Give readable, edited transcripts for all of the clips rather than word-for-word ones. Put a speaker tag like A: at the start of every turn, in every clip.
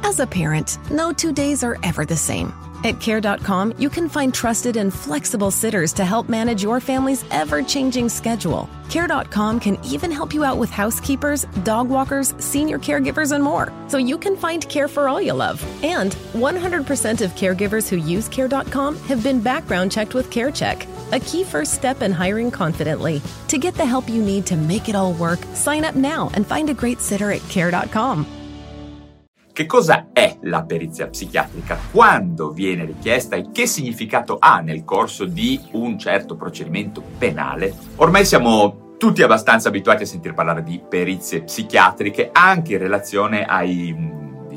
A: As a parent, no 2 days are ever the same. At Care.com, you can find trusted and flexible sitters to help manage your family's ever-changing schedule. Care.com can even help you out with housekeepers, dog walkers, senior caregivers, and more, so you can find care for all you love. And 100% of caregivers who use Care.com have been background checked with CareCheck, a key first step in hiring confidently. To get the help you need to make it all work, sign up now and find a great sitter at Care.com.
B: Che cosa è la perizia psichiatrica? Quando viene richiesta e che significato ha nel corso di un certo procedimento penale? Ormai siamo tutti abbastanza abituati a sentir parlare di perizie psichiatriche anche in relazione ai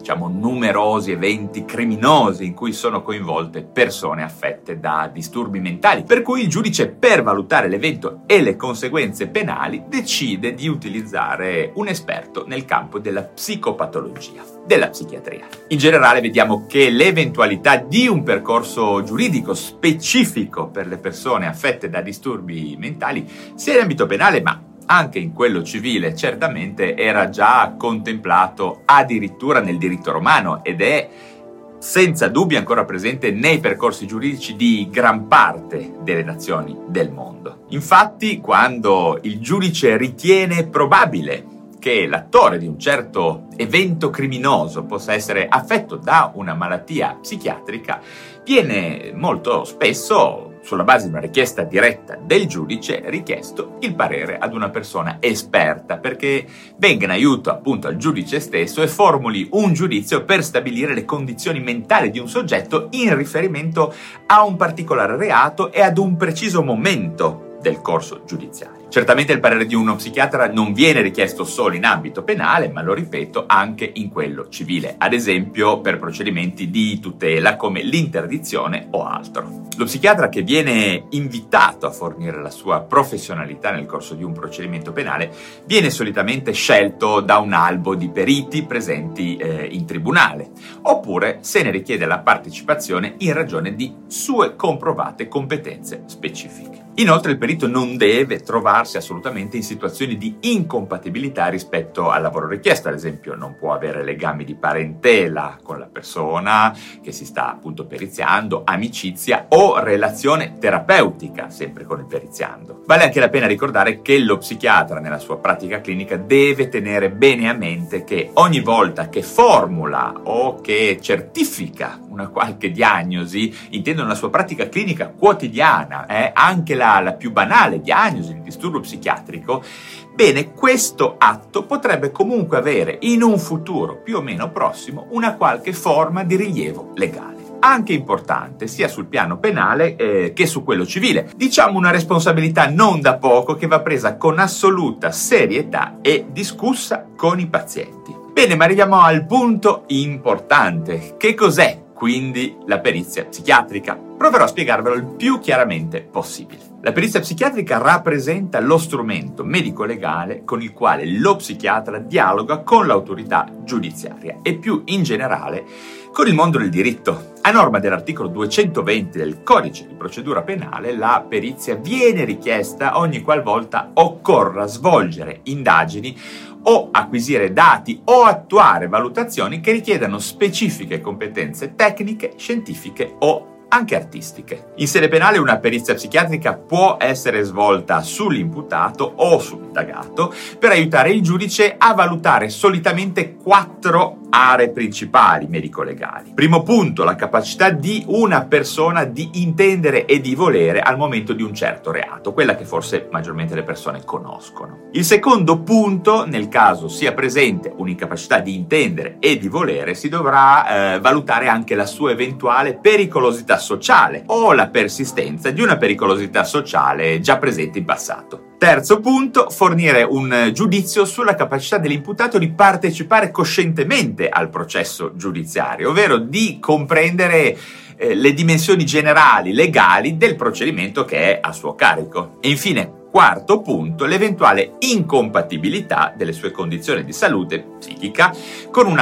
B: numerosi eventi criminosi in cui sono coinvolte persone affette da disturbi mentali, per cui il giudice, per valutare l'evento e le conseguenze penali, decide di utilizzare un esperto nel campo della psicopatologia, della psichiatria. In generale vediamo che l'eventualità di un percorso giuridico specifico per le persone affette da disturbi mentali, sia in ambito penale ma anche in quello civile, certamente era già contemplato addirittura nel diritto romano ed è senza dubbio ancora presente nei percorsi giuridici di gran parte delle nazioni del mondo. Infatti, quando il giudice ritiene probabile che l'attore di un certo evento criminoso possa essere affetto da una malattia psichiatrica, viene molto spesso, sulla base di una richiesta diretta del giudice, richiesto il parere ad una persona esperta perché venga in aiuto appunto al giudice stesso e formuli un giudizio per stabilire le condizioni mentali di un soggetto in riferimento a un particolare reato e ad un preciso momento del corso giudiziario. Certamente il parere di uno psichiatra non viene richiesto solo in ambito penale, ma lo ripeto anche in quello civile, ad esempio per procedimenti di tutela come l'interdizione o altro. Lo psichiatra che viene invitato a fornire la sua professionalità nel corso di un procedimento penale viene solitamente scelto da un albo di periti presenti in tribunale, oppure se ne richiede la partecipazione in ragione di sue comprovate competenze specifiche. Inoltre il perito non deve trovarsi assolutamente in situazioni di incompatibilità rispetto al lavoro richiesto, ad esempio non può avere legami di parentela con la persona che si sta appunto periziando, amicizia o relazione terapeutica, sempre con il periziando. Vale anche la pena ricordare che lo psichiatra nella sua pratica clinica deve tenere bene a mente che ogni volta che formula o che certifica una qualche diagnosi, intendo nella sua pratica clinica quotidiana, anche la più banale diagnosi di disturbo psichiatrico, bene, questo atto potrebbe comunque avere in un futuro più o meno prossimo una qualche forma di rilievo legale, anche importante sia sul piano penale che su quello civile. Diciamo una responsabilità non da poco che va presa con assoluta serietà e discussa con i pazienti. Bene, ma arriviamo al punto importante. Che cos'è quindi la perizia psichiatrica? Proverò a spiegarvelo il più chiaramente possibile. La perizia psichiatrica rappresenta lo strumento medico-legale con il quale lo psichiatra dialoga con l'autorità giudiziaria e più in generale con il mondo del diritto. A norma dell'articolo 220 del Codice di procedura penale, la perizia viene richiesta ogni qualvolta occorra svolgere indagini o acquisire dati o attuare valutazioni che richiedano specifiche competenze tecniche, scientifiche o anche artistiche. In sede penale una perizia psichiatrica può essere svolta sull'imputato o sull'indagato per aiutare il giudice a valutare solitamente 4 aree principali medico-legali. Primo punto, la capacità di una persona di intendere e di volere al momento di un certo reato, quella che forse maggiormente le persone conoscono. Il secondo punto, nel caso sia presente un'incapacità di intendere e di volere, si dovrà valutare anche la sua eventuale pericolosità sociale o la persistenza di una pericolosità sociale già presente in passato. Terzo punto, fornire un giudizio sulla capacità dell'imputato di partecipare coscientemente al processo giudiziario, ovvero di comprendere le dimensioni generali legali del procedimento che è a suo carico. E infine, quarto punto, l'eventuale incompatibilità delle sue condizioni di salute psichica con una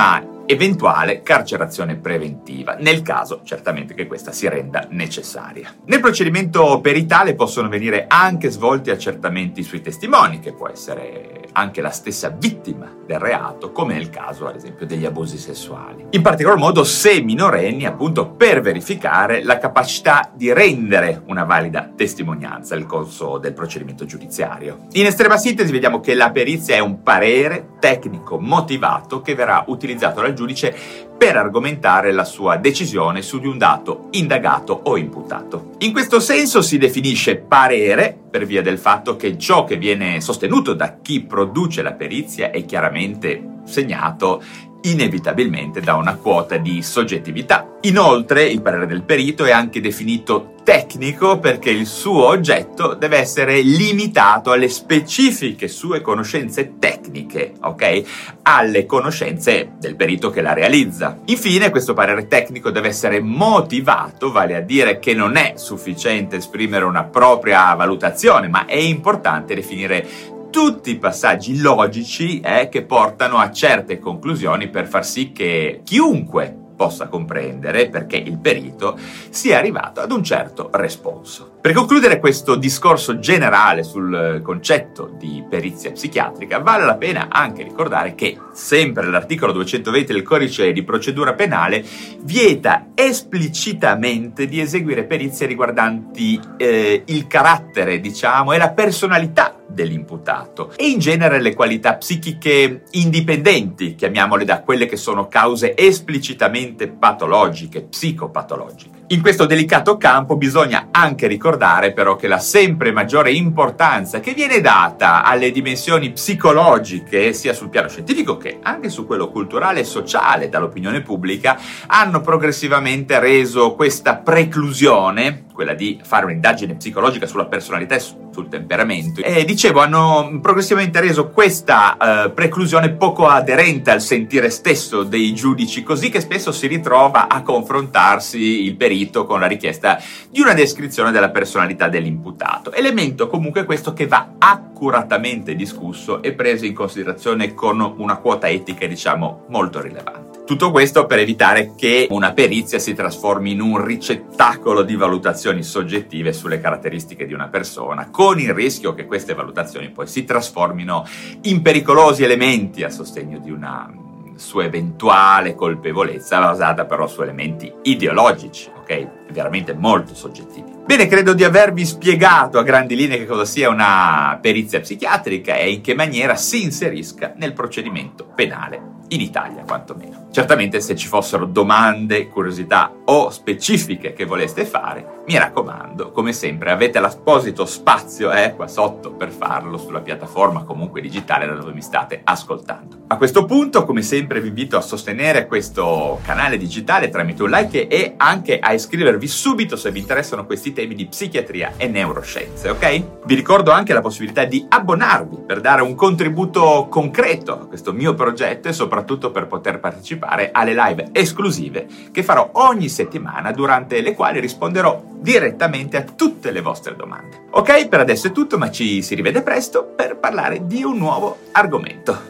B: eventuale carcerazione preventiva, nel caso certamente che questa si renda necessaria. Nel procedimento peritale possono venire anche svolti accertamenti sui testimoni, che può essere anche la stessa vittima del reato, come nel caso ad esempio degli abusi sessuali. In particolar modo se minorenni, appunto, per verificare la capacità di rendere una valida testimonianza nel corso del procedimento giudiziario. In estrema sintesi vediamo che la perizia è un parere tecnico motivato che verrà utilizzato dal giudice per argomentare la sua decisione su di un dato indagato o imputato. In questo senso si definisce parere per via del fatto che ciò che viene sostenuto da chi produce la perizia è chiaramente segnato inevitabilmente da una quota di soggettività. Inoltre, il parere del perito è anche definito tecnico perché il suo oggetto deve essere limitato alle specifiche sue conoscenze tecniche, ok? Alle conoscenze del perito che la realizza. Infine, questo parere tecnico deve essere motivato, vale a dire che non è sufficiente esprimere una propria valutazione, ma è importante definire tutti i passaggi logici che portano a certe conclusioni per far sì che chiunque possa comprendere perché il perito sia arrivato ad un certo responso. Per concludere questo discorso generale sul concetto di perizia psichiatrica, vale la pena anche ricordare che sempre l'articolo 220 del Codice di procedura penale vieta esplicitamente di eseguire perizie riguardanti il carattere, diciamo, e la personalità dell'imputato e in genere le qualità psichiche indipendenti, chiamiamole, da quelle che sono cause esplicitamente patologiche, psicopatologiche. In questo delicato campo bisogna anche ricordare però che la sempre maggiore importanza che viene data alle dimensioni psicologiche, sia sul piano scientifico che anche su quello culturale e sociale dall'opinione pubblica, hanno progressivamente reso questa preclusione, quella di fare un'indagine psicologica sulla personalità e sul temperamento, hanno progressivamente reso questa preclusione poco aderente al sentire stesso dei giudici, così che spesso si ritrova a confrontarsi il perito con la richiesta di una descrizione della personalità dell'imputato. Elemento comunque questo che va accuratamente discusso e preso in considerazione con una quota etica, diciamo, molto rilevante. Tutto questo per evitare che una perizia si trasformi in un ricettacolo di valutazioni soggettive sulle caratteristiche di una persona, con il rischio che queste valutazioni poi si trasformino in pericolosi elementi a sostegno di una sua eventuale colpevolezza basata però su elementi ideologici, ok? Veramente molto soggettivi. Bene, credo di avervi spiegato a grandi linee che cosa sia una perizia psichiatrica e in che maniera si inserisca nel procedimento penale, in Italia quantomeno. Certamente se ci fossero domande, curiosità o specifiche che voleste fare, mi raccomando, come sempre avete l'apposito spazio qua sotto per farlo sulla piattaforma comunque digitale da dove mi state ascoltando. A questo punto, come sempre, vi invito a sostenere questo canale digitale tramite un like e anche a iscrivervi subito se vi interessano questi temi di psichiatria e neuroscienze, ok? Vi ricordo anche la possibilità di abbonarvi per dare un contributo concreto a questo mio progetto e soprattutto per poter partecipare alle live esclusive che farò ogni settimana, durante le quali risponderò direttamente a tutte le vostre domande. Ok, per adesso è tutto, ma ci si rivede presto per parlare di un nuovo argomento.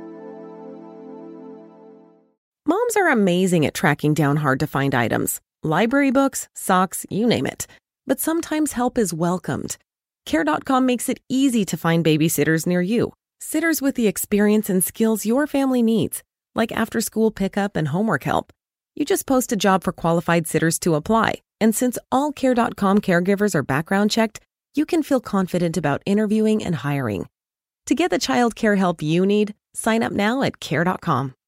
A: Moms are amazing at tracking down hard-to-find items. Library books, socks, you name it. But sometimes help is welcomed. Care.com makes it easy to find babysitters near you. Sitters with the experience and skills your family needs, like after-school pickup and homework help. You just post a job for qualified sitters to apply. And since all Care.com caregivers are background checked, you can feel confident about interviewing and hiring. To get the child care help you need, sign up now at Care.com.